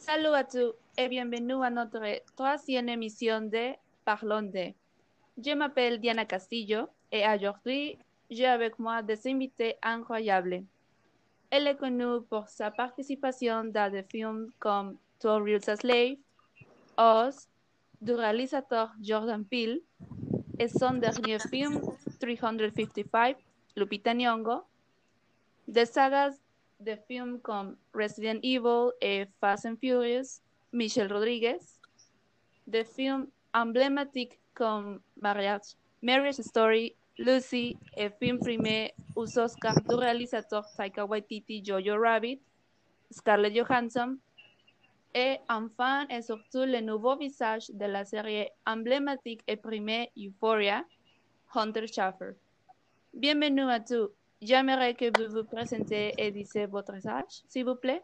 Salut à tous et bienvenue à notre troisième émission de Parlons de. Je m'appelle Diana Castillo et aujourd'hui, j'ai avec moi des invités incroyables. Elle est connue pour sa participation dans des films comme 12 Rules a Slave, Oz, du réalisateur Jordan Peele et son dernier film 355, Lupita Nyong'o, des sagas de films comme Resident Evil et Fast and Furious, Michelle Rodriguez, de films emblématiques comme Marriage Story, Lucy et film primé aux Oscars du réalisateur Taika Waititi Jojo Rabbit, Scarlett Johansson, et enfin et surtout le nouveau visage de la série emblématique et primée Euphoria, Hunter Schafer. Bienvenue à tous. J'aimerais que vous vous présentez et disiez votre âge, s'il vous plaît.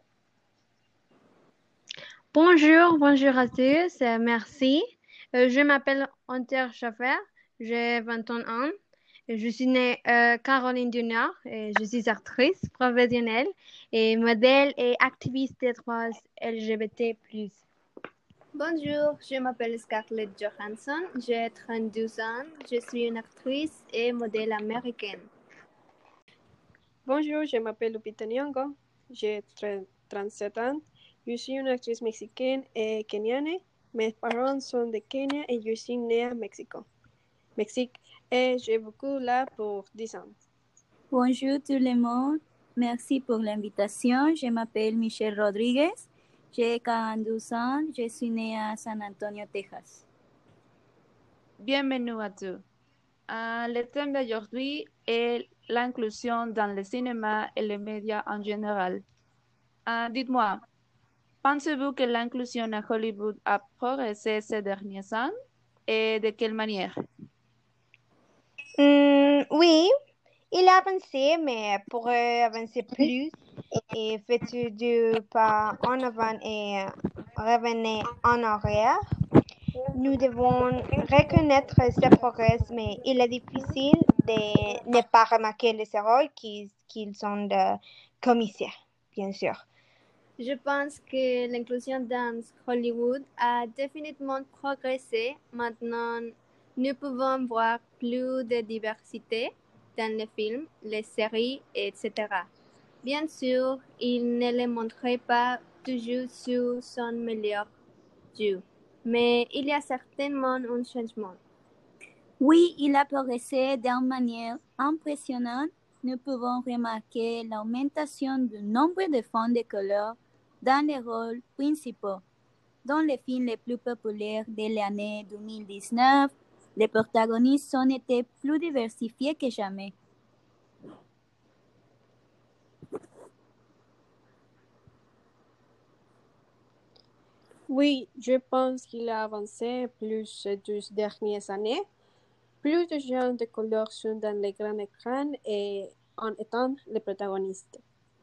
Bonjour à tous, merci. Je m'appelle Hunter Schaffer, j'ai 21 ans. Je suis née Caroline du Nord et je suis actrice professionnelle et modèle et activiste des droits LGBT+. Bonjour, je m'appelle Scarlett Johansson, j'ai 32 ans, je suis une actrice et modèle américaine. Bonjour, je m'appelle Lupita Nyong'o, j'ai 37 ans, je suis une actrice mexicaine et kenyane. Mes parents sont de Kenya et je suis née à Mexique, et j'ai vécu là pour 10 ans. Bonjour tout le monde, merci pour l'invitation. Je m'appelle Michelle Rodriguez, j'ai 42 ans, je suis née à San Antonio, Texas. Bienvenue à tous. Le thème d'aujourd'hui est l'inclusion dans le cinéma et les médias en général. Dites-moi, pensez-vous que l'inclusion à Hollywood a progressé ces derniers ans et de quelle manière? Oui, il a avancé, mais pourrait avancer plus et fait du pas en avant et revenir en arrière. Nous devons reconnaître ce progrès, mais il est difficile de ne pas remarquer les erreurs qu'ils ont de commissaires, bien sûr. Je pense que l'inclusion dans Hollywood a définitivement progressé. Maintenant, nous pouvons voir plus de diversité dans les films, les séries, etc. Bien sûr, il ne les montrait pas toujours sur son meilleur jour, mais il y a certainement un changement. Oui, il a progressé d'une manière impressionnante. Nous pouvons remarquer l'augmentation du nombre de femmes de couleur dans les rôles principaux. Dans les films les plus populaires de l'année 2019, les protagonistes ont été plus diversifiés que jamais. Oui, je pense qu'il a avancé plus ces 2 dernières années. Plus de gens de couleur sont dans les grands écrans et en étant les protagonistes.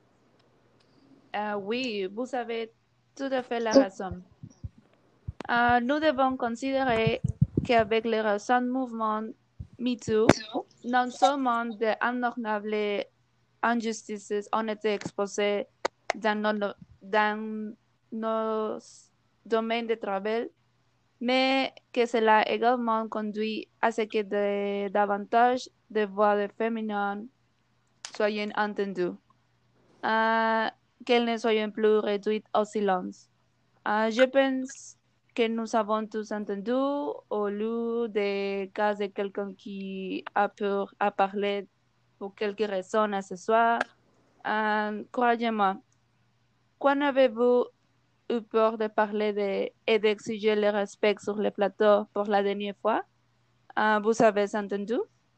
Oui, vous avez tout à fait la raison. Nous devons considérer qu'avec les récents mouvements MeToo, non seulement d'énormes injustices ont été exposées dans nos domaines de travail, mais que cela a également conduit à ce que davantage de voix féminines soient entendues, qu'elles ne soient plus réduites au silence. Je pense que nous avons tous entendu au lieu des cas de quelqu'un qui a peur à parler pour quelque raison à ce soir. Croyez-moi, quand avez-vous eu peur de parler et d'exiger le respect sur le plateau pour la dernière fois? Vous avez entendu?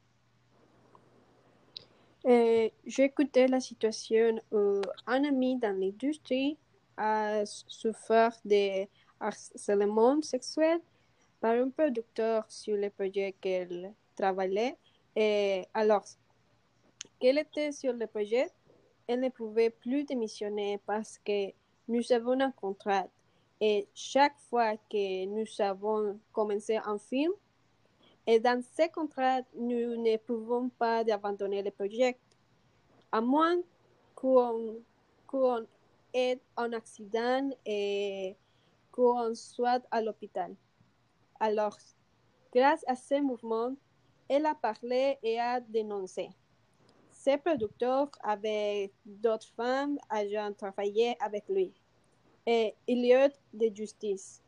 J'ai écouté la situation où un ami dans l'industrie a souffert de harcèlement sexuel par un producteur sur le projet qu'elle travaillait. Et alors qu'elle était sur le projet, elle ne pouvait plus démissionner parce que nous avons un contrat. Et chaque fois que nous avons commencé un film, et dans ce contrat, nous ne pouvons pas abandonner le projet, à moins qu'on eu un accident et qu'on soit à l'hôpital. Alors, grâce à ce mouvement, elle a parlé et a dénoncé. Ses producteurs avec d'autres femmes ayant travaillé avec lui. Et il y a de justice.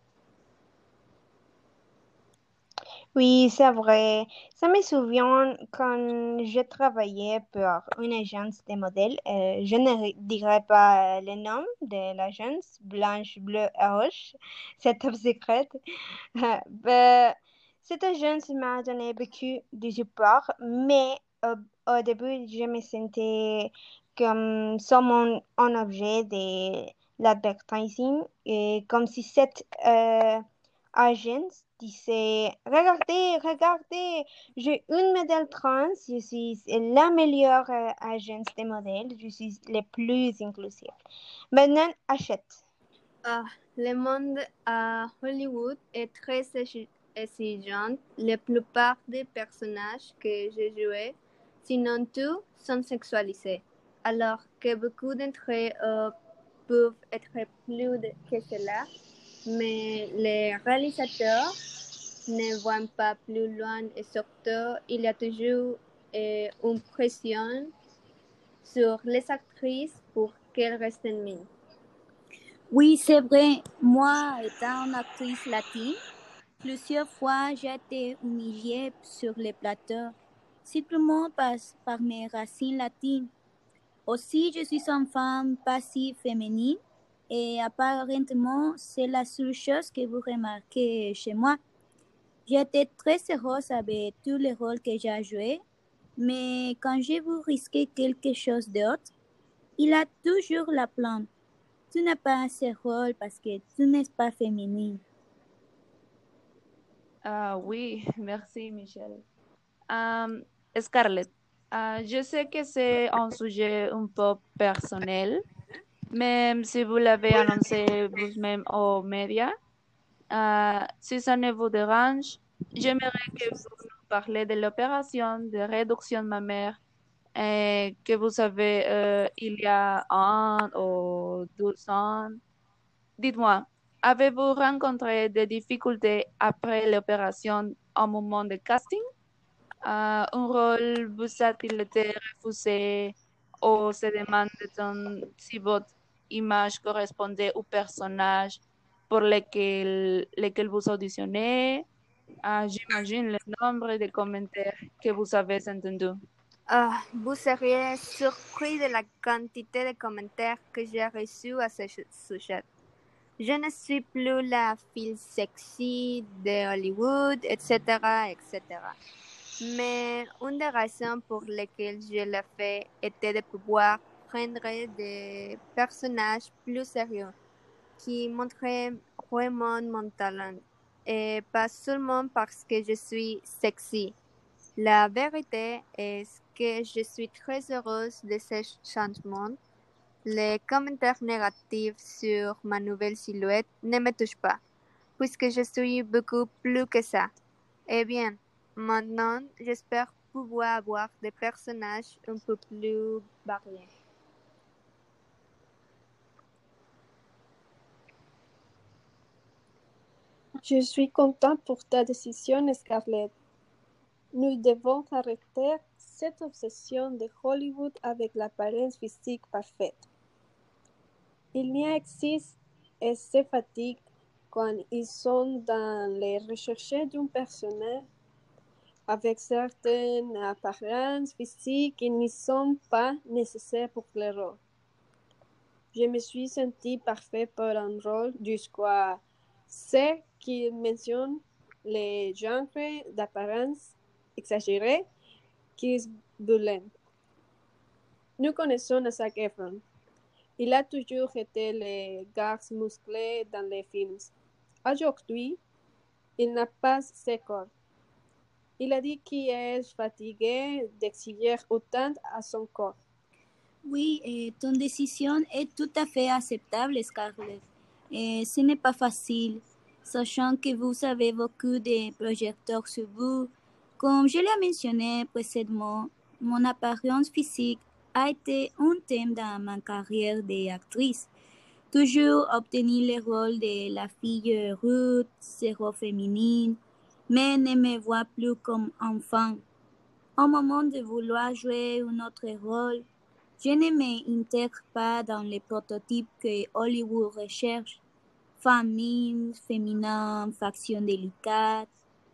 Oui, c'est vrai. Ça me souvient quand je travaillais pour une agence de modèles. Je ne dirai pas le nom de l'agence, Blanche, Bleu et Rouge. C'est top secret. Ben, cette agence m'a donné beaucoup de support, mais au début, je me sentais comme un objet de l'advertising, et comme si cette agence disait, regardez, regardez, j'ai une modèle trans, je suis la meilleure agence de modèles, je suis la plus inclusive. Maintenant, achète. Ah, le monde à Hollywood est très exigeant. La plupart des personnages que j'ai joués, sinon tous, sont sexualisés. Alors que beaucoup d'entre eux peuvent être plus que cela, mais les réalisateurs ne voient pas plus loin et surtout, il y a toujours une pression sur les actrices pour qu'elles restent minces. Oui, c'est vrai. Moi, étant une actrice latine, plusieurs fois j'ai été humiliée sur les plateaux, simplement par mes racines latines. Aussi, je suis une femme passive féminine et apparemment, c'est la seule chose que vous remarquez chez moi. J'étais très heureuse avec tous les rôles que j'ai joués, mais quand je veux risquer quelque chose d'autre, il a toujours la plainte. Tu n'as pas ce rôle parce que tu n'es pas féminine. Ah oui, merci Michelle. Scarlett, je sais que c'est un sujet un peu personnel, même si vous l'avez annoncé vous-même aux médias. Si ça ne vous dérange, j'aimerais que vous nous parlez de l'opération de réduction mammaire que vous avez il y a 1 ou 2 ans. Dites-moi, avez-vous rencontré des difficultés après l'opération au moment de casting? Un rôle vous a-t-il été refusé ou se demande si votre image correspondait au personnage pour lequel vous auditionnez? J'imagine le nombre de commentaires que vous avez entendus. Vous seriez surpris de la quantité de commentaires que j'ai reçus à ce sujet. Je ne suis plus la fille sexy de Hollywood, etc., etc. Mais une des raisons pour lesquelles je l'ai fait était de pouvoir prendre des personnages plus sérieux qui montraient vraiment mon talent et pas seulement parce que je suis sexy. La vérité est que je suis très heureuse de ce changement. Les commentaires négatifs sur ma nouvelle silhouette ne me touchent pas, puisque je suis beaucoup plus que ça. Eh bien, maintenant, j'espère pouvoir avoir des personnages un peu plus variés. Je suis contente pour ta décision, Scarlett. Nous devons arrêter cette obsession de Hollywood avec l'apparence physique parfaite. Il y a existe et se fatigue quand ils sont dans les recherches d'un personnage avec certaines apparences physiques qui ne sont pas nécessaires pour le rôle. Je me suis sentie parfaite pour un rôle jusqu'à ce qu'il mentionne les genres d'apparence exagérée Chris Bullen. Nous connaissons Zac Efron. Il a toujours été le gars musclé dans les films. Aujourd'hui, il n'a pas ce corps. Il a dit qu'il est fatigué d'exiger autant à son corps. Oui, ton décision est tout à fait acceptable, Scarlett. Ce n'est pas facile, sachant que vous avez beaucoup de projecteurs sur vous. Comme je l'ai mentionné précédemment, mon apparence physique a été un thème dans ma carrière d'actrice. Toujours obtenir le rôle de la fille rude, zéro féminine, mais ne me vois plus comme enfant. Au moment de vouloir jouer un autre rôle, je ne m'intègre pas dans les prototypes que Hollywood recherche. Famille, féminin, faction délicate.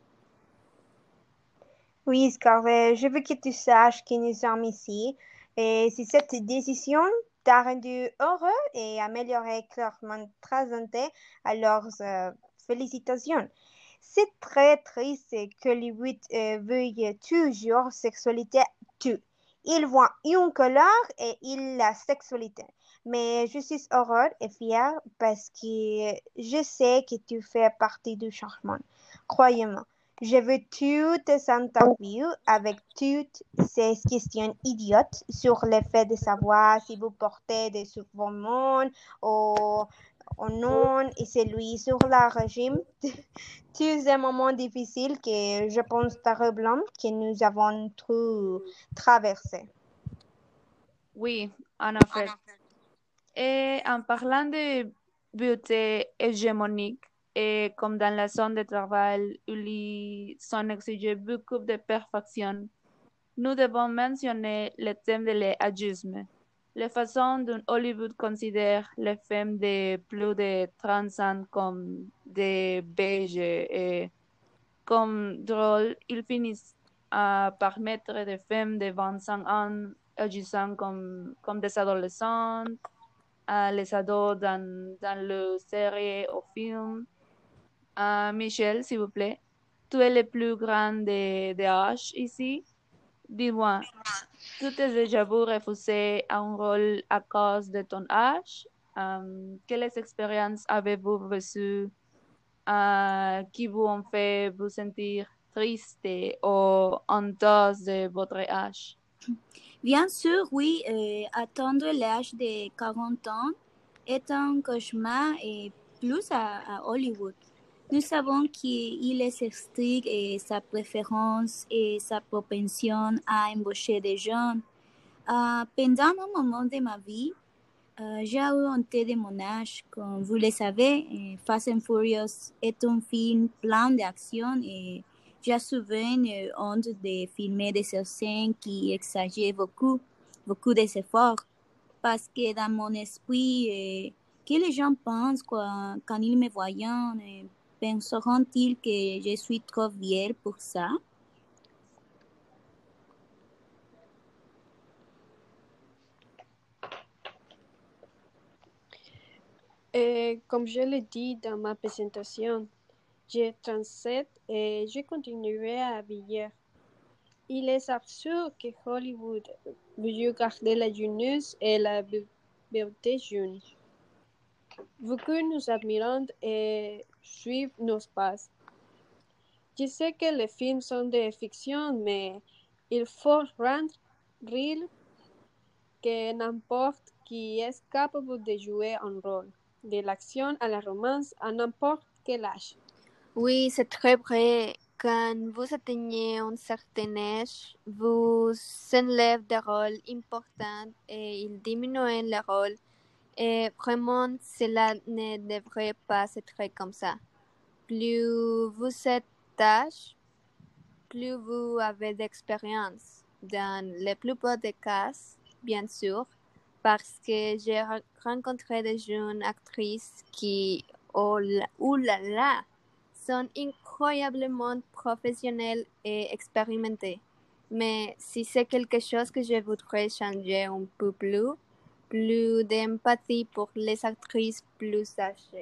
Oui, Scarlett, je veux que tu saches que nous sommes ici. Et si cette décision t'a rendu heureux et amélioré clairement ta santé, alors félicitations. C'est très triste que Hollywood veuille toujours sexualité tue. Il voit une couleur et il la sexualité. Mais je suis heureuse et fière parce que je sais que tu fais partie du changement. Croyez-moi. Je veux toutes ces interviews avec toutes ces questions idiotes sur le fait de savoir si vous portez des hormones ou non et celui sur le régime. Tous ces moments difficiles que je pense terriblement que nous avons tous traversés. Oui, en effet. Et en parlant de beauté hégémonique, et comme dans la zone de travail où ils sont exigés beaucoup de perfection, nous devons mentionner le thème de l'agisme. La façon dont Hollywood considère les femmes de plus de 30 ans comme des beiges et comme drôles, ils finissent par mettre des femmes de 25 ans agissant comme des adolescentes, les ados dans le série ou film. Michel, s'il vous plaît, tu es le plus grand de âge ici. Dis-moi, tu t'es déjà vu refusé un rôle à cause de ton âge? Quelles expériences avez-vous reçues qui vous ont fait vous sentir triste ou honteuse de votre âge? Bien sûr, oui, attendre l'âge de 40 ans est un cauchemar et plus à Hollywood. Nous savons qu'il est strict et sa préférence et sa propension à embaucher des jeunes. Pendant un moment de ma vie, j'ai eu honte de mon âge. Comme vous le savez, Fast and Furious est un film plein d'action et j'ai souvent honte de filmer des scènes qui exagèrent beaucoup des efforts. Parce que dans mon esprit, que les gens pensent quand ils me voient, penseront-ils que je suis trop vieille pour ça? Et comme je l'ai dit dans ma présentation, j'ai 37 et je continuerai à vieillir. Il est absurde que Hollywood veuille garder la jeunesse et la beauté jeune. Vu que nous admirons et suivons nos pas. Je sais que les films sont de fiction, mais il faut rendre réel que n'importe qui est capable de jouer un rôle, de l'action à la romance à n'importe quel âge. Oui, c'est très vrai. Quand vous atteignez un certain âge, vous enlèvez des rôles importants et ils diminuent les rôles. Et vraiment, cela ne devrait pas être comme ça. Plus vous êtes âge, plus vous avez d'expérience. Dans la plupart des cas, bien sûr, parce que j'ai rencontré des jeunes actrices qui, oh là là, sont incroyablement professionnelles et expérimentées. Mais si c'est quelque chose que je voudrais changer un peu plus d'empathie pour les actrices plus âgées.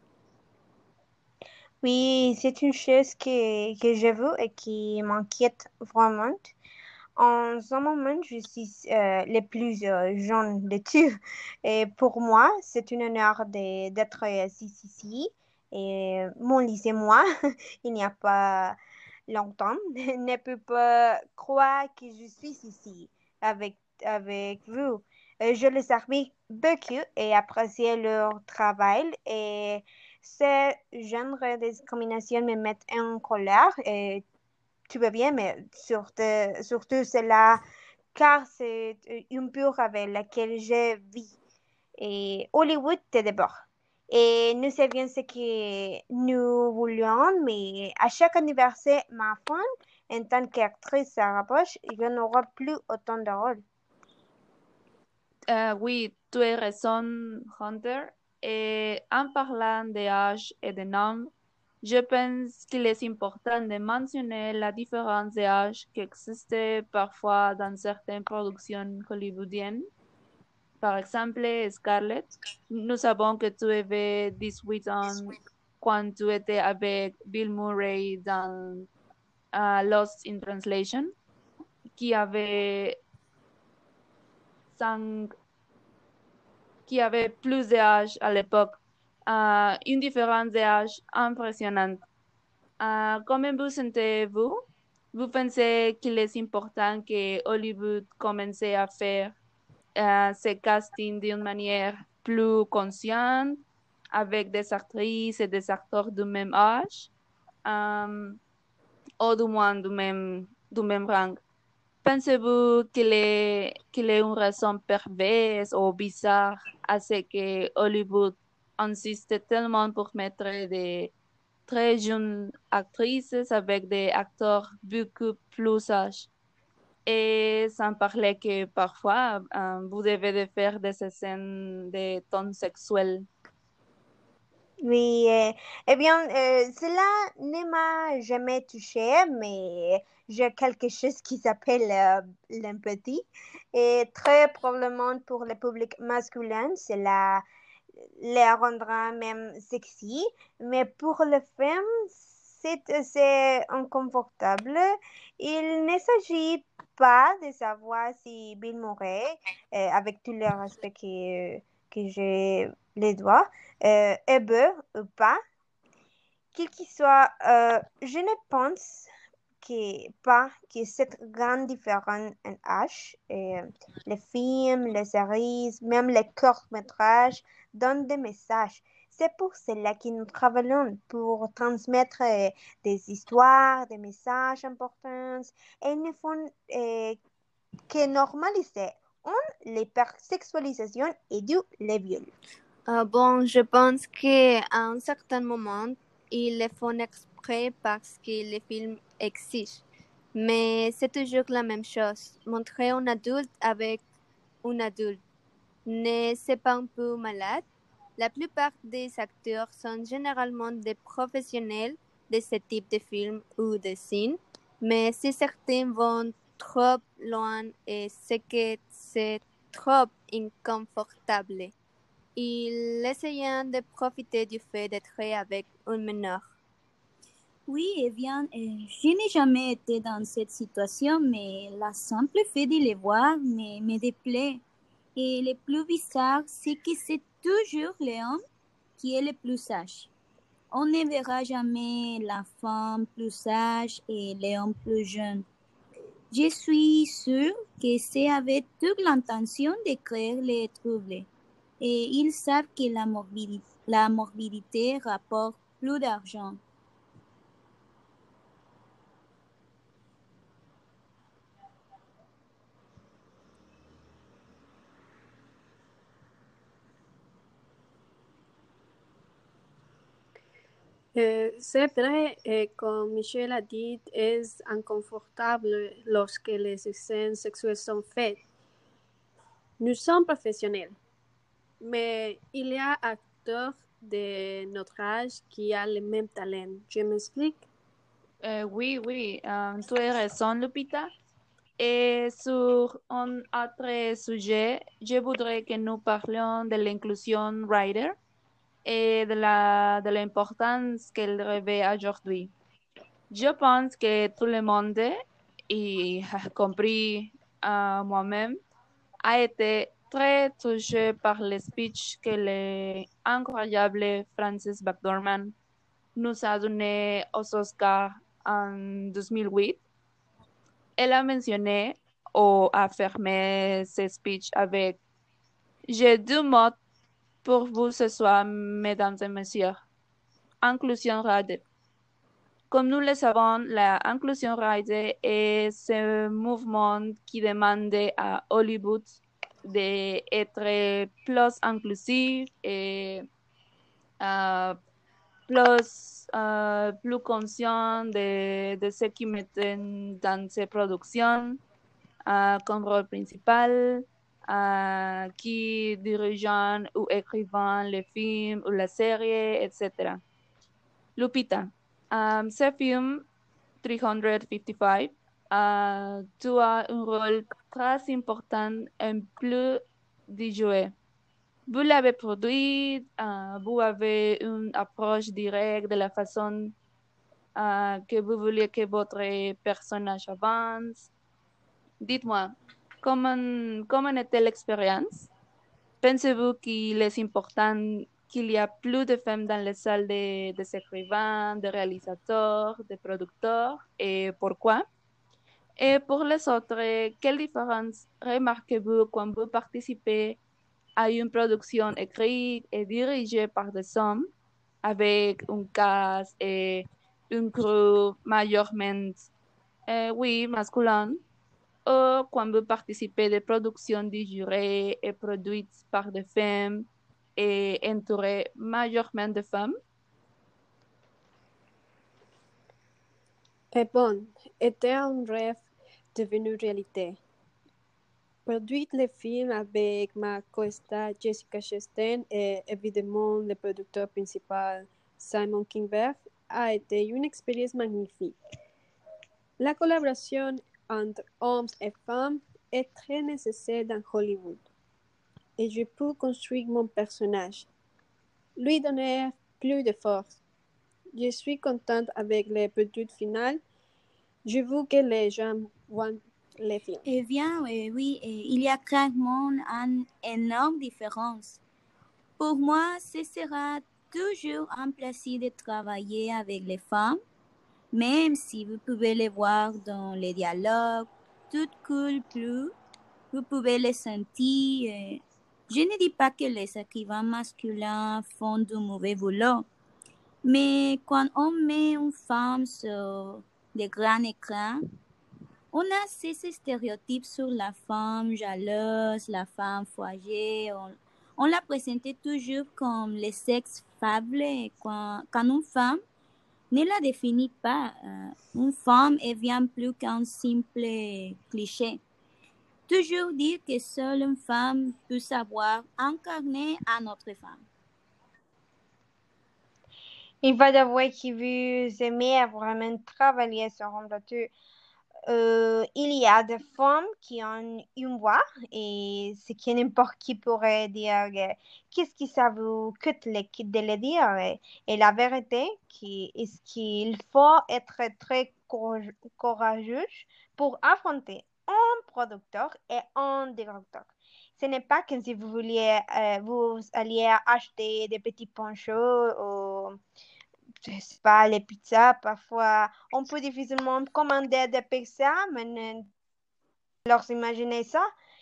Oui, c'est une chose que je veux et qui m'inquiète vraiment. En ce moment, je suis le plus jeune de tous. Et pour moi, c'est un honneur d'être ici. Et mon lycée, moi, il n'y a pas longtemps, ne peut pas croire que je suis ici avec vous. Je les admire beaucoup et apprécie leur travail. Et ce genre de discrimination me met en colère. Et tu vas bien, mais surtout cela, car c'est une peur avec laquelle je vis. et Hollywood est d'abord. Et nous savions ce que nous voulions, mais à chaque anniversaire, ma femme, en tant qu'actrice, se rapproche, il n'y en aura plus autant de rôles. Oui, tu as raison, Hunter. Et en parlant d'âge et de nom, je pense qu'il est important de mentionner la différence d'âge qui existe parfois dans certaines productions hollywoodiennes. Par exemple, Scarlett, nous savons que tu avais 18 ans quand tu étais avec Bill Murray dans Lost in Translation, qui avait 5 qui avait plus d'âge à l'époque, une différence d'âge impressionnante. Comment vous sentez-vous? Vous pensez qu'il est important que Hollywood commence à faire ces castings d'une manière plus consciente, avec des actrices et des acteurs du même âge, ou du moins du même rang? Pensez-vous qu'il est une raison perverse ou bizarre à ce que Hollywood insiste tellement pour mettre des très jeunes actrices avec des acteurs beaucoup plus âgés? Et sans parler que parfois, vous devez de faire des scènes de ton sexuel. Oui, eh bien, cela ne m'a jamais touché, mais j'ai quelque chose qui s'appelle l'empathie. Et très probablement pour le public masculin, cela les rendra même sexy. Mais pour les femmes, c'est assez inconfortable. Il ne s'agit pas de savoir si Bill Murray, avec tout le respect que je les dois, est beau ou pas, quel qu'il soit, je ne pense pas que cette grande différence en âge, les films, les séries, même les courts-métrages donnent des messages. C'est pour cela que nous travaillons pour transmettre des histoires, des messages importants et ne font que normaliser l'hypersexualisation et du les viols. Bon, je pense qu'à un certain moment, ils le font exprès parce que le film exige. Mais c'est toujours la même chose. Montrer un adulte avec un adulte. Ne c'est pas un peu malade? La plupart des acteurs sont généralement des professionnels de ce type de film ou de scène, mais si certains vont trop loin et c'est que c'est trop inconfortable, ils essayent de profiter du fait d'être avec un mineur. Oui, eh bien, je n'ai jamais été dans cette situation, mais la simple fait de les voir me déplaît. Et le plus bizarre, c'est que c'est toujours l'homme qui est le plus sage. On ne verra jamais la femme plus sage et l'homme plus jeune. Je suis sûre que c'est avec toute l'intention de créer les troubles. Et ils savent que la morbidité rapporte plus d'argent. C'est vrai, comme Michel a dit, est inconfortable lorsque les scènes sexuelles sont faites. Nous sommes professionnels, mais il y a acteurs de notre âge qui ont le même talent. Je m'explique? Oui, tu as raison, Lupita. Et sur un autre sujet, je voudrais que nous parlions de l'inclusion writer et de l'importance qu'elle revêt aujourd'hui. Je pense que tout le monde, y compris moi-même, a été très touché par le speech que l'incroyable Frances McDormand nous a donné aux Oscars en 2008. Elle a mentionné ou affirmé ce speech avec J'ai deux mots pour vous ce soir, mesdames et messieurs. Inclusion radicale. Comme nous le savons, la inclusion radicale est ce mouvement qui demande à Hollywood d'être plus inclusif et plus conscient de ce qu'ils mettent dans ses productions comme rôle principal, qui dirigeant ou écrivant les films ou la série, etc. Lupita, ce film 355 tu as un rôle très important en plus de jouer. Vous l'avez produit, vous avez une approche directe de la façon que vous vouliez que votre personnage avance. Dites-moi, comment était l'expérience? Pensez-vous qu'il est important qu'il y a plus de femmes dans les salles des écrivains, de réalisateurs, de producteurs, et pourquoi? Et pour les autres, quelle différence remarquez-vous quand vous participez à une production écrite et dirigée par des hommes avec un cast et une crew majoritairement, oui, masculin, ou quand vous participez de productions digérées et produites par des femmes et entourées majoritairement de femmes? Et bon, était un rêve devenu réalité. Produire le film avec ma co-star Jessica Chastain et évidemment le producteur principal Simon Kinberg a été une expérience magnifique. La collaboration entre hommes et femmes est très nécessaire dans Hollywood et je peux construire mon personnage, lui donner plus de force. Je suis contente avec le produit final. Je veux que les gens voient le film. Eh bien, oui, il y a clairement une énorme différence. Pour moi, ce sera toujours un plaisir de travailler avec les femmes, même si vous pouvez les voir dans les dialogues, tout coule plus, vous pouvez les sentir. Je ne dis pas que les écrivains masculins font du mauvais boulot, mais quand on met une femme sur des grands écrans, on a ces stéréotypes sur la femme jalouse, la femme fourragée. On la présentait toujours comme le sexe faible quand une femme ne la définit pas. Une femme est bien plus qu'un simple cliché. Toujours dire que seule une femme peut savoir incarner une autre femme. Il va d'avouer que vous aimez vraiment travailler sur un plateau. Il y a des femmes qui ont une voix et ce que n'importe qui pourrait dire qu'est-ce que ça vous coûte de le dire et la vérité est qu'il faut être très courageux pour affronter un producteur et un directeur. Ce n'est pas comme si vous vouliez vous alliez acheter des petits ponchos ou je sais pas, les pizzas, parfois, on peut difficilement commander des pizzas, mais leur imaginer ça.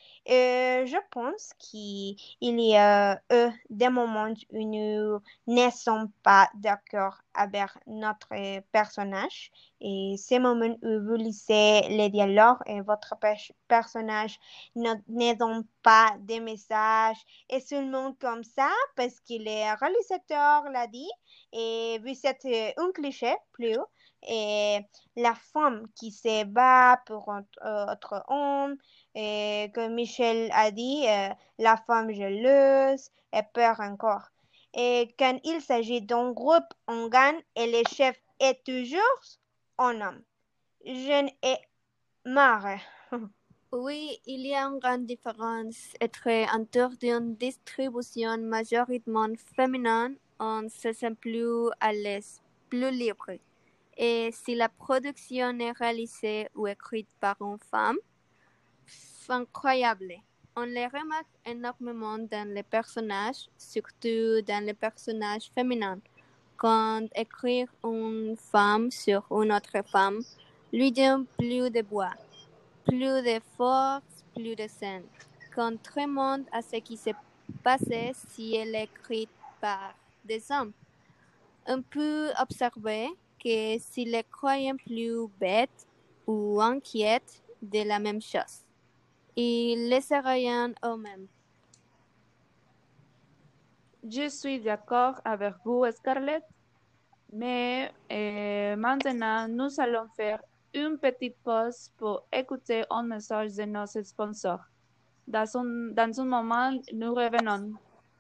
Je pense qu'il y a des moments où nous ne sommes pas d'accord avec notre personnage. Et ces moments où vous lisez les dialogues et votre personnage ne donne pas des messages. Et seulement comme ça, parce que le réalisateur l'a dit, et vous êtes un cliché plus. Et la femme qui se bat pour autre homme, et comme Michel a dit, la femme jalouse et peur encore. Et quand il s'agit d'un groupe, on gagne et le chef est toujours un homme. Jeune et marre. Oui, il y a une grande différence entre une distribution majoritairement féminine, on se sent plus à l'aise, plus libre. Et si la production est réalisée ou écrite par une femme, c'est incroyable. On les remarque énormément dans les personnages, surtout dans les personnages féminins. Quand écrire une femme sur une autre femme lui donne plus de bois, plus de force, plus de scène. Contrairement à ce qui s'est passé si elle est écrite par des hommes. On peut observer que si les croyons plus bêtes ou inquiètes de la même chose. Ils laisseraient eux-mêmes. Je suis d'accord avec vous, Scarlett, mais maintenant, nous allons faire une petite pause pour écouter un message de nos sponsors. Dans un moment, nous revenons.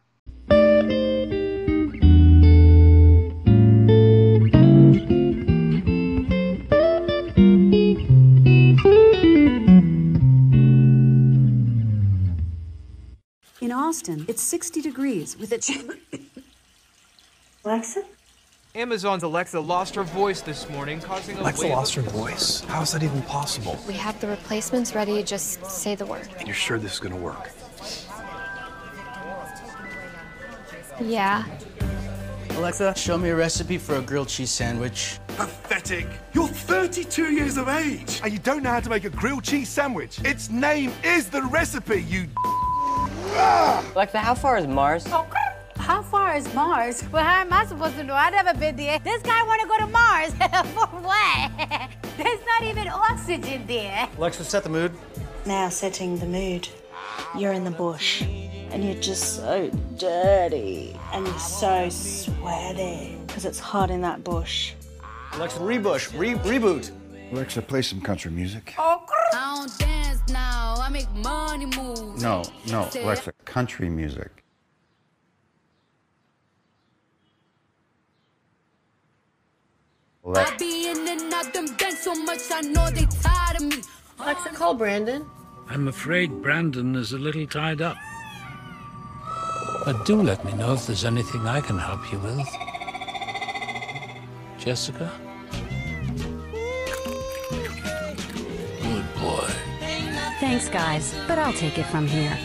In Austin, it's 60 degrees with a... Alexa? Amazon's Alexa lost her voice this morning, causing a Alexa lost her voice? How is that even possible? We have the replacements ready. Just say the word. And you're sure this is gonna work? Yeah. Alexa, show me a recipe for a grilled cheese sandwich. Pathetic. You're 32 years of age and you don't know how to make a grilled cheese sandwich. Its name is the recipe, you... Alexa, how far is Mars? How far is Mars? Well, how am I supposed to know? I've never been there. This guy want to go to Mars. For what? There's not even oxygen there. Alexa, set the mood. Now setting the mood. You're in the bush, and you're just so dirty, and you're so sweaty, because it's hot in that bush. Alexa, reboot. Alexa, play some country music. I don't dance now. I make money move. No, Alexa, country music. I be in and out them banks so much I know they tired of me. Alexa, call Brandon. I'm afraid Brandon is a little tied up. But do let me know if there's anything I can help you with. Jessica? Good boy. Thanks, guys, but I'll take it from here.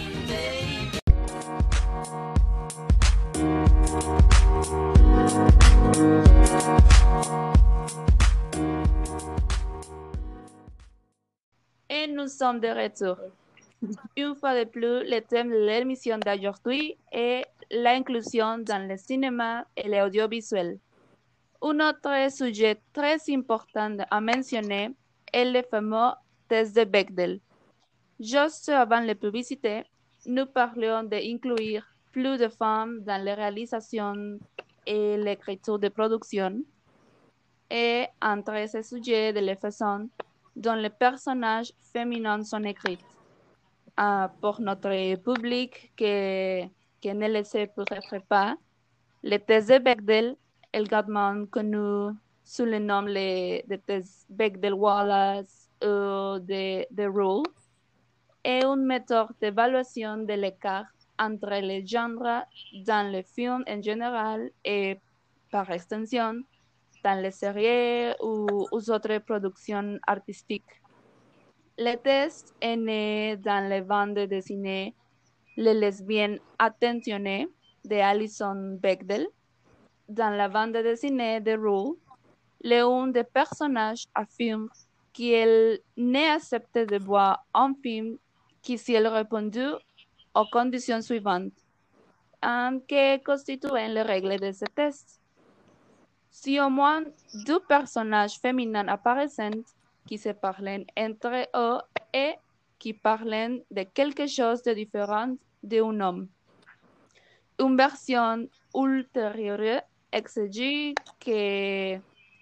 Et nous sommes de retour. Une fois de plus, le thème de l'émission d'aujourd'hui est l'inclusion dans le cinéma et l'audiovisuel. Un autre sujet très important à mentionner est le fameux test de Bechdel. Juste avant la publicité, nous parlions d'inclure plus de femmes dans la réalisation et l'écriture de production. Et entre ces sujets de la façon dont les personnages féminins sont écrits. Pour notre public qui ne le sait peut-être pas, le test de Bechdel, également connu sous le nom de test Bechdel-Wallace ou de Rule, est une méthode d'évaluation de l'écart entre les genres dans le film en général et, par extension, dans les séries ou aux autres productions artistiques. Le test est né dans les bandes dessinées Les lesbiennes attentionnées de Alison Bechdel. Dans la bande dessinée de Rule, l'un des personnages affirme qu'il n'est accepté de voir un film que si elle répondait aux conditions suivantes, que constituent les règles de ce test. Si au moins deux personnages féminins apparaissent qui se parlent entre eux et qui parlent de quelque chose de différent d'un homme. Une version ultérieure exige qu'un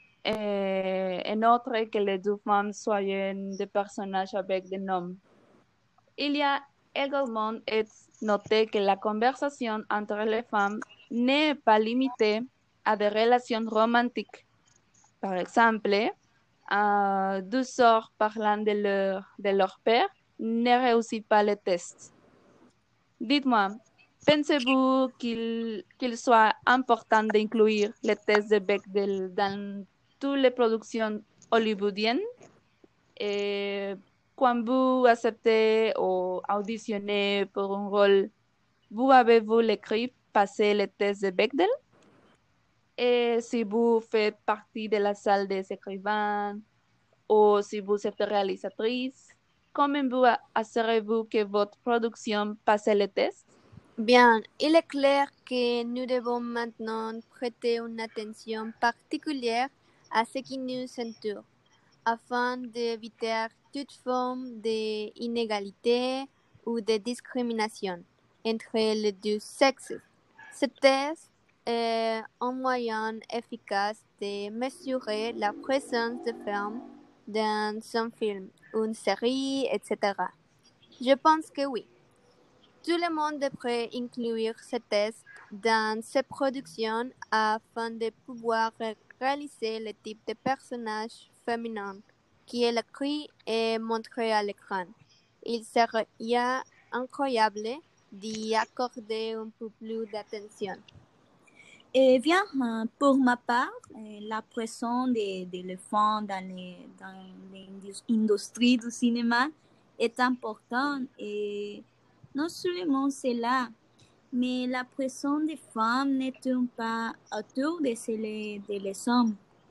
autre que les deux femmes soient des personnages avec des noms. Il y a également noté que la conversation entre les femmes n'est pas limitée à des relations romantiques. Par exemple, deux sœurs parlant de leur père ne réussit pas le test. Dites-moi, pensez-vous qu'il soit important d'inclure le test de Bechdel dans toutes les productions hollywoodiennes? Et quand vous acceptez ou auditionnez pour un rôle, vous avez-vous écrit passer le test de Bechdel? Et si vous faites partie de la salle des écrivains ou si vous êtes réalisatrice, comment vous assurez-vous que votre production passe le test? Bien, il est clair que nous devons maintenant prêter une attention particulière à ce qui nous entoure, afin d'éviter toute forme d'inégalité ou de discrimination entre les deux sexes. Ce test est un moyen efficace de mesurer la présence de femmes dans un film, une série, etc. Je pense que oui. Tout le monde devrait inclure ce test dans ses productions afin de pouvoir réaliser le type de personnage féminin qui est écrit et montré à l'écran. Il serait incroyable d'y accorder un peu plus d'attention. Et bien, pour ma part, la présence des femmes dans l'industrie du cinéma est importante et non seulement cela, mais la présence des femmes ne tourne pas autour de celle des hommes.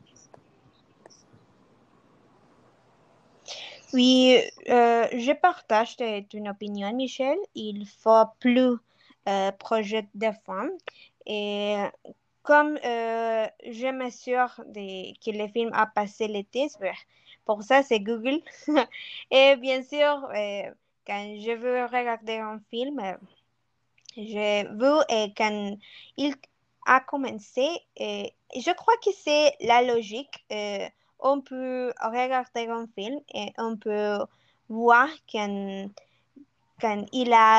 Oui, je partage ton opinion, Michel. Il faut plus projet de femmes. Et comme je m'assure que le film a passé les tests, pour ça c'est Google. Et bien sûr, quand je veux regarder un film, je veux quand il a commencé, je crois que c'est la logique. On peut regarder un film et on peut voir quand il a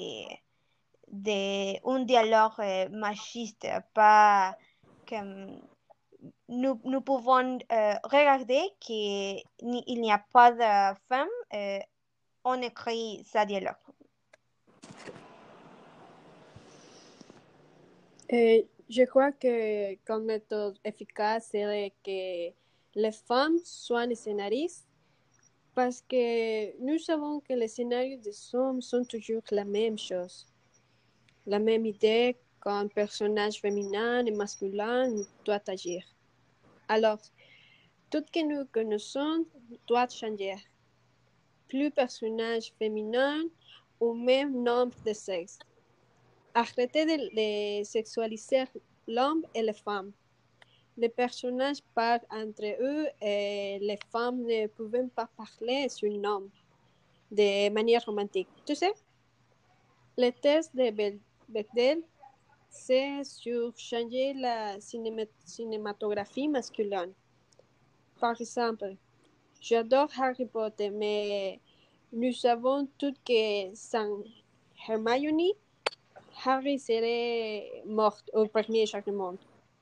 un dialogue machiste, pas comme nous pouvons regarder qu'il n'y a pas de femme, on écrit ce dialogue. Je crois que comme méthode efficace serait que les femmes soient les scénaristes parce que nous savons que les scénarios des hommes sont toujours la même chose. La même idée qu'un personnage féminin et masculin doit agir. Alors, tout ce que nous connaissons doit changer. Plus personnages féminins au même nombre de sexes. Arrêtez de sexualiser l'homme et les femmes. Les personnages parlent entre eux et les femmes ne peuvent pas parler sur un homme de manière romantique. Tu sais, le test de Bechdel, c'est sur changer la cinématographie masculine. Par exemple, j'adore Harry Potter, mais nous savons tous que sans Hermione, Harry serait mort au premier choc du monde.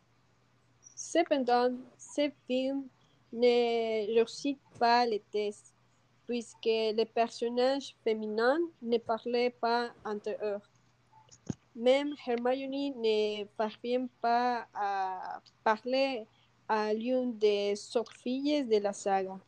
Cependant, ce film ne réussit pas les tests, puisque les personnages féminins ne parlaient pas entre eux. Même Hermione ne parvient pas à parler à l'une des autres filles de la saga.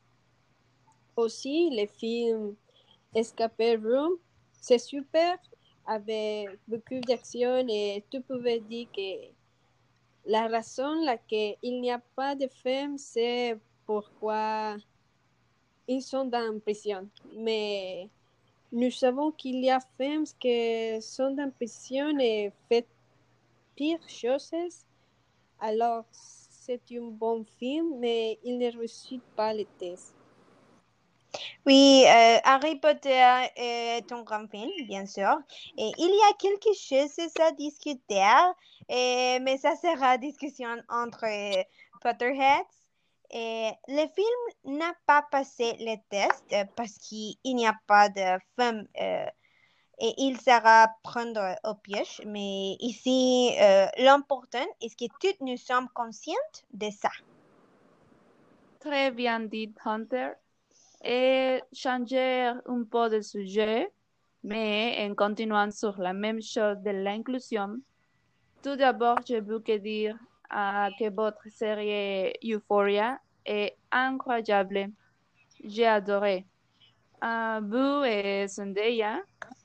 Aussi, le film Escape Room, c'est super, avec beaucoup d'action et tu pouvais dire que la raison laquelle il n'y a pas de femmes, c'est pourquoi ils sont dans prison. Mais nous savons qu'il y a femmes qui sont dans prison et font pire choses. Alors, c'est un bon film, mais il ne réussit pas les tests. Oui, Harry Potter est un grand film, bien sûr. Et il y a quelque chose à discuter, mais ça sera discussion entre Potterheads. Et le film n'a pas passé les tests parce qu'il n'y a pas de femmes et il sera prendre au piège. Mais ici, l'important est que toutes nous sommes conscientes de ça. Très bien dit, Hunter. Et changer un peu de sujet, mais en continuant sur la même chose de l'inclusion. Tout d'abord, je veux dire que votre série Euphoria est incroyable. J'ai adoré. Vous et Zendaya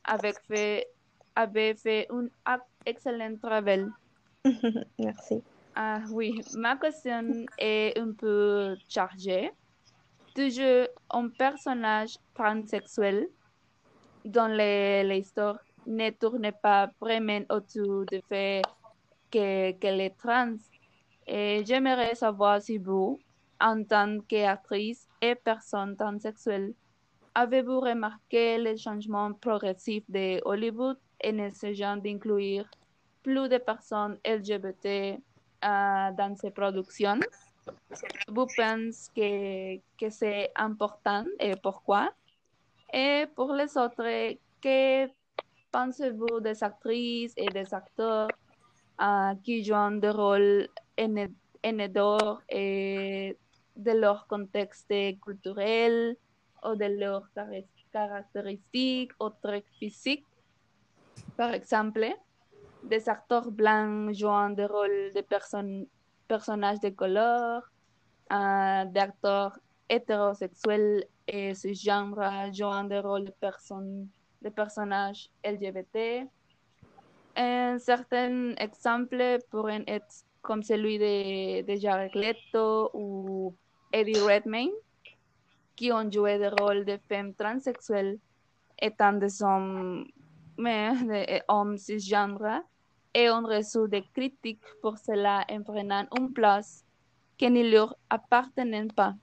avez fait un excellent travail. Merci. Oui, ma question est un peu chargée. Toujours un personnage transsexuel dont l'histoire ne tourne pas vraiment autour du fait qu'elle est trans. Et j'aimerais savoir si vous, en tant qu'actrice et personne transsexuelle, Avez-vous remarqué les changements progressifs de Hollywood en essayant d'inclure plus de personnes LGBT dans ses productions? Vous pensez que c'est important et pourquoi? Et pour les autres, que pensez-vous des actrices et des acteurs qui jouent des rôles en et de leur contexte culturel ou de leurs caractéristiques ou traits physiques? Par exemple, des acteurs blancs jouant des rôles de personnages de couleur, d'acteurs hétérosexuels et cisgenres jouant des rôles de personnages LGBT. Un certain exemple pourrait être comme celui de Jared Leto ou Eddie Redmayne, qui ont joué des rôles de femmes transsexuelles étant des hommes, hommes cisgenres et ont reçu des critiques pour cela en prenant une place qui ne leur appartenait pas.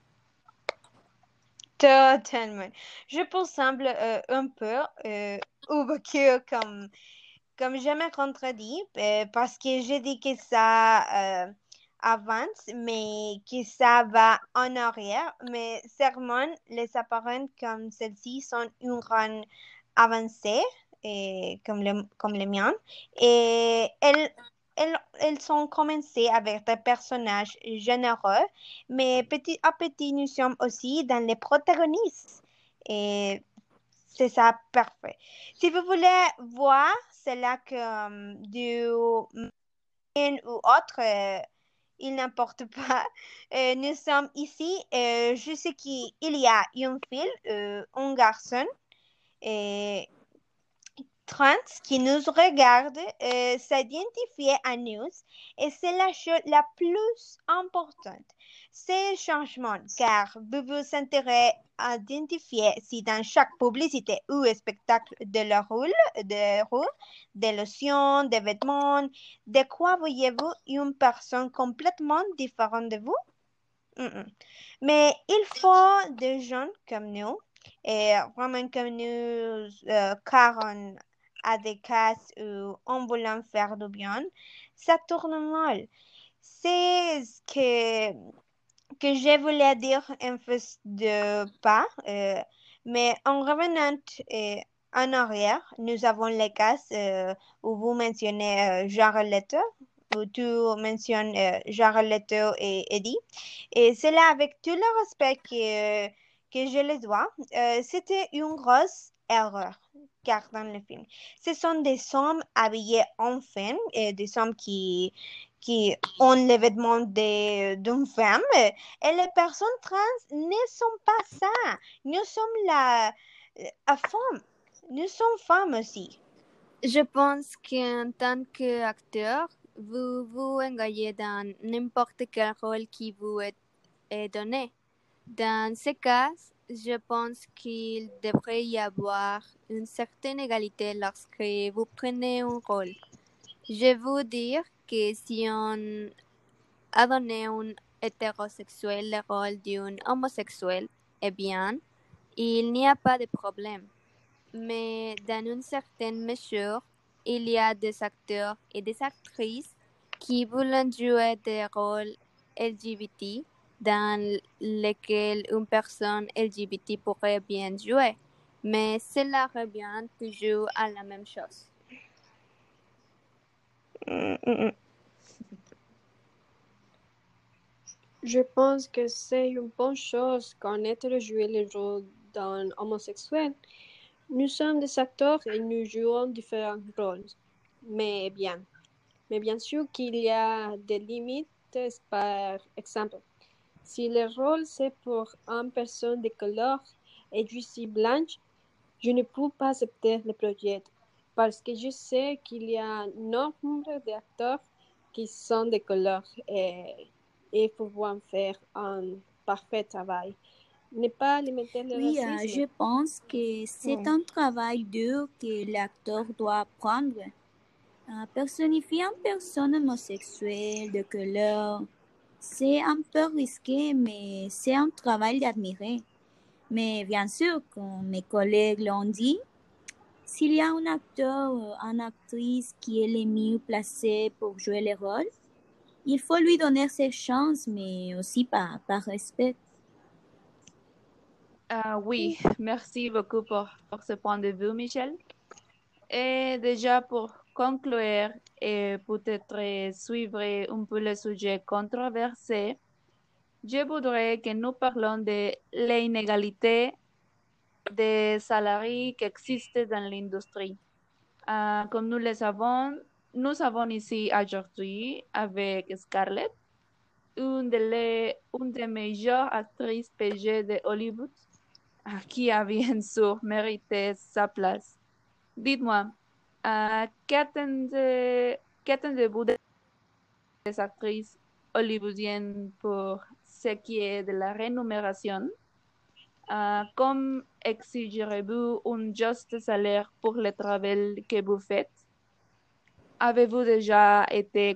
Totalement. Je peux sembler un peu overkill comme je me contredis parce que je dis que ça avance, mais que ça va en arrière. Mais sûrement, les apparences comme celle-ci sont une grande avancée, comme les miennes. Et elles ont commencé avec des personnages généreux, mais petit à petit, nous sommes aussi dans les protagonistes. Et c'est ça, parfait. Si vous voulez voir cela comme du ou autre, il n'importe pas. Nous sommes ici. Je sais qu'il y a une fille, un garçon trans qui nous regarde s'identifier à nous et c'est la chose la plus importante. C'est le changement car vous vous sentirez identifié si dans chaque publicité ou spectacle de leur rôle, des lotions, des vêtements, de quoi voyez-vous une personne complètement différente de vous? Mais il faut des gens comme nous, et vraiment comme nous, car on a des casses ou on voulait faire du bien, ça tourne mal. C'est ce que je voulais dire en fait de pas, mais en revenant en arrière, nous avons les cases où vous mentionnez Jared Leto, où tu mentionnes Jared Leto et Eddie. Et c'est là avec tout le respect que je les dois. C'était une grosse erreur, car dans le film, ce sont des hommes habillés en femme, des hommes qui ont les vêtements d'une femme, et les personnes trans ne sont pas ça. Nous sommes la femme. Nous sommes femmes aussi. Je pense qu'en tant qu'acteur, vous vous engagez dans n'importe quel rôle qui vous est donné. Dans ce cas, je pense qu'il devrait y avoir une certaine égalité lorsque vous prenez un rôle. Je veux dire que si on a donné un hétérosexuel le rôle d'un homosexuel, eh bien, il n'y a pas de problème. Mais dans une certaine mesure, il y a des acteurs et des actrices qui veulent jouer des rôles LGBT dans lesquels une personne LGBT pourrait bien jouer, mais cela revient toujours à la même chose. Je pense que c'est une bonne chose qu'on ait de jouer le rôle d'un homosexuel. Nous sommes des acteurs et nous jouons différents rôles. Mais bien sûr qu'il y a des limites. Par exemple, si le rôle c'est pour une personne de couleur et je suis blanche, je ne peux pas accepter le projet parce que je sais qu'il y a un nombre d'acteurs qui sont de couleur et pouvoir faire un parfait travail. Ne pas limiter le racisme. Je pense que c'est un travail dur que l'acteur doit apprendre. Personnifier une personne homosexuelle de couleur, c'est un peu risqué, mais c'est un travail d'admirer. Mais bien sûr, comme mes collègues l'ont dit, s'il y a un acteur ou une actrice qui est le mieux placé pour jouer le rôle, il faut lui donner ses chances, mais aussi par respect. Oui, merci beaucoup pour ce point de vue, Michel. Et déjà pour conclure et peut-être suivre un peu le sujet controversé, je voudrais que nous parlons de l'inégalité des salariés qui existent dans l'industrie. Comme nous le savons, nous avons ici aujourd'hui avec Scarlett, une des meilleures actrices PG de Hollywood, qui a bien sûr mérité sa place. Dites-moi, qu'attendez-vous des actrices hollywoodiennes pour ce qui est de la rémunération? Comme exigerez-vous un juste salaire pour le travail que vous faites? Avez-vous déjà été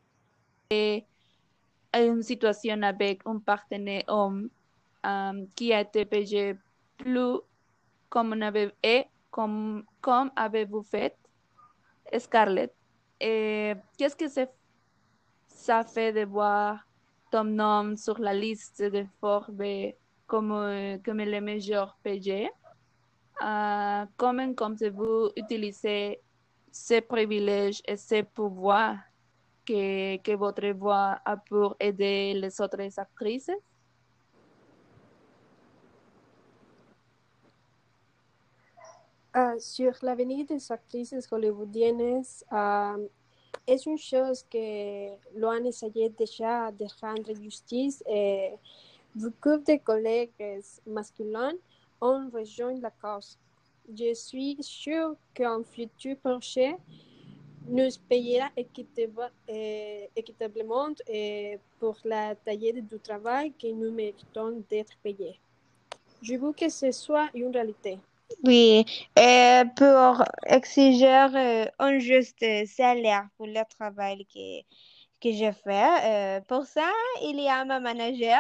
en une situation avec un partenaire homme qui a été payé plus comme avez-vous fait, Scarlett? Qu'est-ce que ça fait de voir ton nom sur la liste de Forbes comme le meilleur payé? Comment comptez-vous utiliser ces privilèges et ces pouvoirs que votre voix a pour aider les autres actrices? Sur l'avenir des actrices hollywoodiennes, es une chose que lo han essayé déjà de rendre justice et beaucoup de collègues masculins ont rejoint la cause. Je suis sûre qu'un futur projet nous payera équitablement pour la taille du travail que nous méritons d'être payés. Je veux que ce soit une réalité. Oui, pour exiger un juste salaire pour le travail que je fais. Pour ça, il y a ma manager.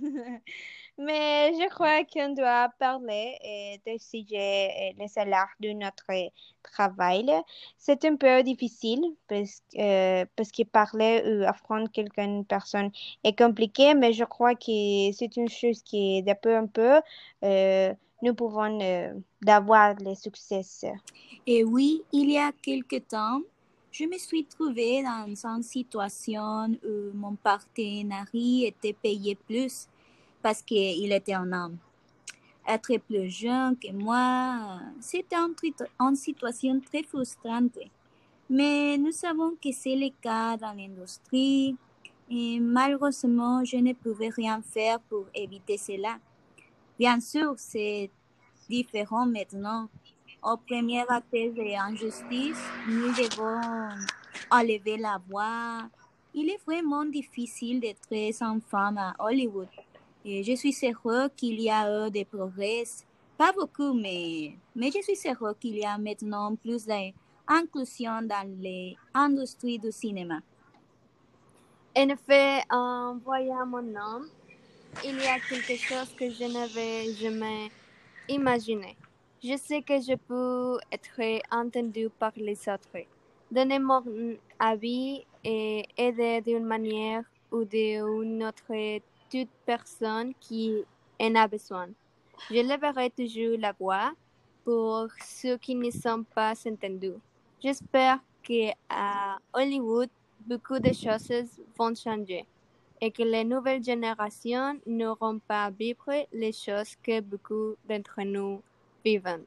Mais je crois qu'on doit parler de sujet le salaire de notre travail. C'est un peu difficile parce que parler ou apprendre quelqu'une personne est compliqué, mais je crois que c'est une chose qui est de peu en peu, nous pouvons d'avoir le succès. Et oui, il y a quelque temps, je me suis trouvée dans une situation où mon partenaire était payé plus parce qu'il était un homme. Être plus jeune que moi, c'était une situation très frustrante. Mais nous savons que c'est le cas dans l'industrie et malheureusement, je ne pouvais rien faire pour éviter cela. Bien sûr, c'est différent maintenant. Au premier appel d'injustice, nous devons enlever la voix. Il est vraiment difficile d'être une femme à Hollywood. Et je suis sûre qu'il y a eu des progrès. Pas beaucoup, mais je suis sûre qu'il y a maintenant plus d'inclusion dans l'industrie du cinéma. En effet, en voyant mon nom, il y a quelque chose que je n'avais jamais imaginé. Je sais que je peux être entendue par les autres, donner mon avis et aider d'une manière ou d'une autre toute personne qui en a besoin. Je lèverai toujours la voix pour ceux qui ne sont pas entendus. J'espère qu'à Hollywood, beaucoup de choses vont changer et que les nouvelles générations n'auront pas à vivre les choses que beaucoup d'entre nous vivent.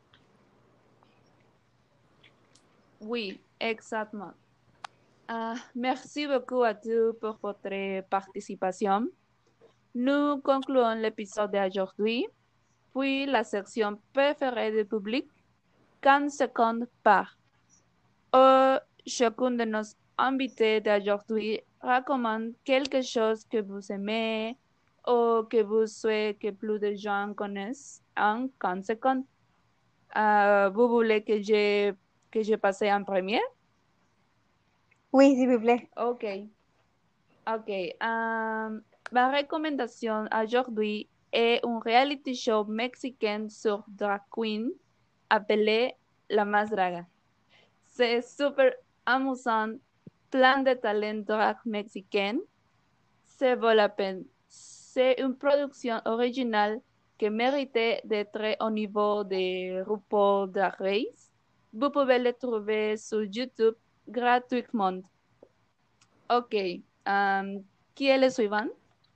Oui, exactement. Merci beaucoup à tous pour votre participation. Nous concluons l'épisode d'aujourd'hui, puis la section préférée du public, 15 secondes par. Chacun de nos invités d'aujourd'hui recommande quelque chose que vous aimez ou que vous souhaitez que plus de gens connaissent en 15 secondes. Vous voulez que je passe en premier? Oui, s'il vous plaît. Ok. Ma recommandation aujourd'hui est un reality show mexicain sur drag queen appelé La Más Draga. C'est super amusant, plein de talent drag mexicain. Ça vaut la peine. C'est une production originale qui méritait d'être au niveau de RuPaul Drag Race. Vous pouvez le trouver sur YouTube gratuitement. Ok, qui est le suivant?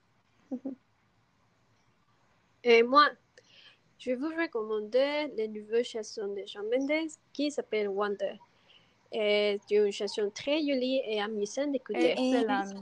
Et moi, je vais vous recommander la nouvelle chanson de Shawn Mendes qui s'appelle Wonder. C'est une chanson très jolie et amusante d'écouter. Excellent.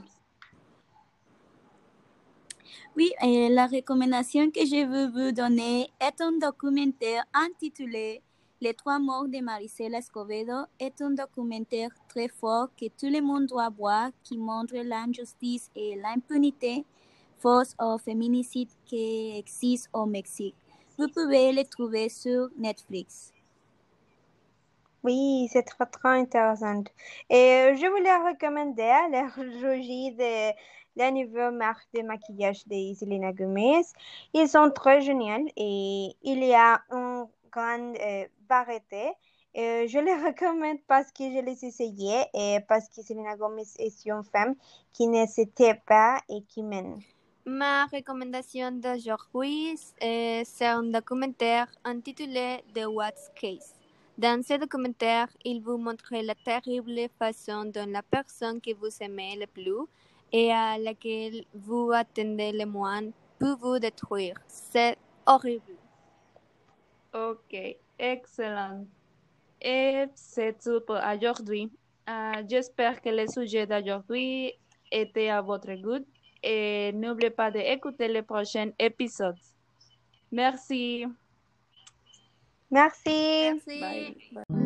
Oui, et la recommandation que je veux vous donner est un documentaire intitulé Les 3 morts de Marisela Escobedo. C'est un documentaire très fort que tout le monde doit voir qui montre l'injustice et l'impunité face au féminicide qui existe au Mexique. Vous pouvez le trouver sur Netflix. Oui, c'est très, très intéressant. Et je voulais recommander la jolie de la nouvelle marque de maquillage de Selena Gomez. Ils sont très géniaux et il y a une grande variété. Je les recommande parce que je les essayais et parce que Selena Gomez est une femme qui ne se tait pas et qui mène. Ma recommandation d'aujourd'hui c'est un documentaire intitulé The Watts Case. Dans ce documentaire, il vous montre la terrible façon dont la personne que vous aimez le plus et à laquelle vous attendez le moins peut vous détruire. C'est horrible. Ok, excellent. Et c'est tout pour aujourd'hui. J'espère que le sujet d'aujourd'hui était à votre goût et n'oubliez pas d'écouter les prochains épisodes. Merci. Merci. Merci. Bye. Bye.